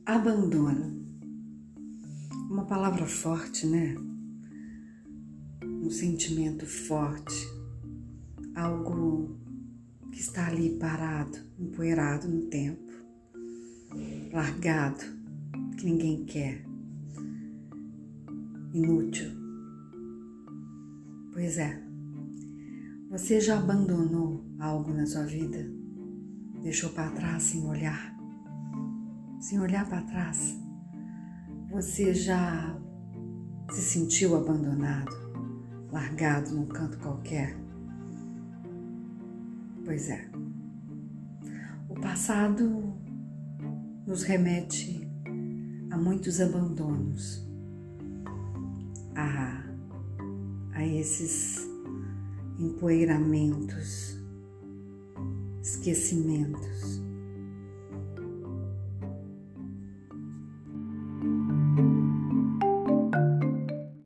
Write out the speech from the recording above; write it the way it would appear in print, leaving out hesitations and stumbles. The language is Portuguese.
Abandono. Uma palavra forte, né? Um sentimento forte. Algo que está ali parado, empoeirado no tempo. Largado, que ninguém quer. Inútil. Pois é. Você já abandonou algo na sua vida? Deixou para trás sem olhar? Sem olhar para trás? Você já se sentiu abandonado, largado num canto qualquer? Pois é. O passado nos remete a muitos abandonos, a esses empoeiramentos, esquecimentos.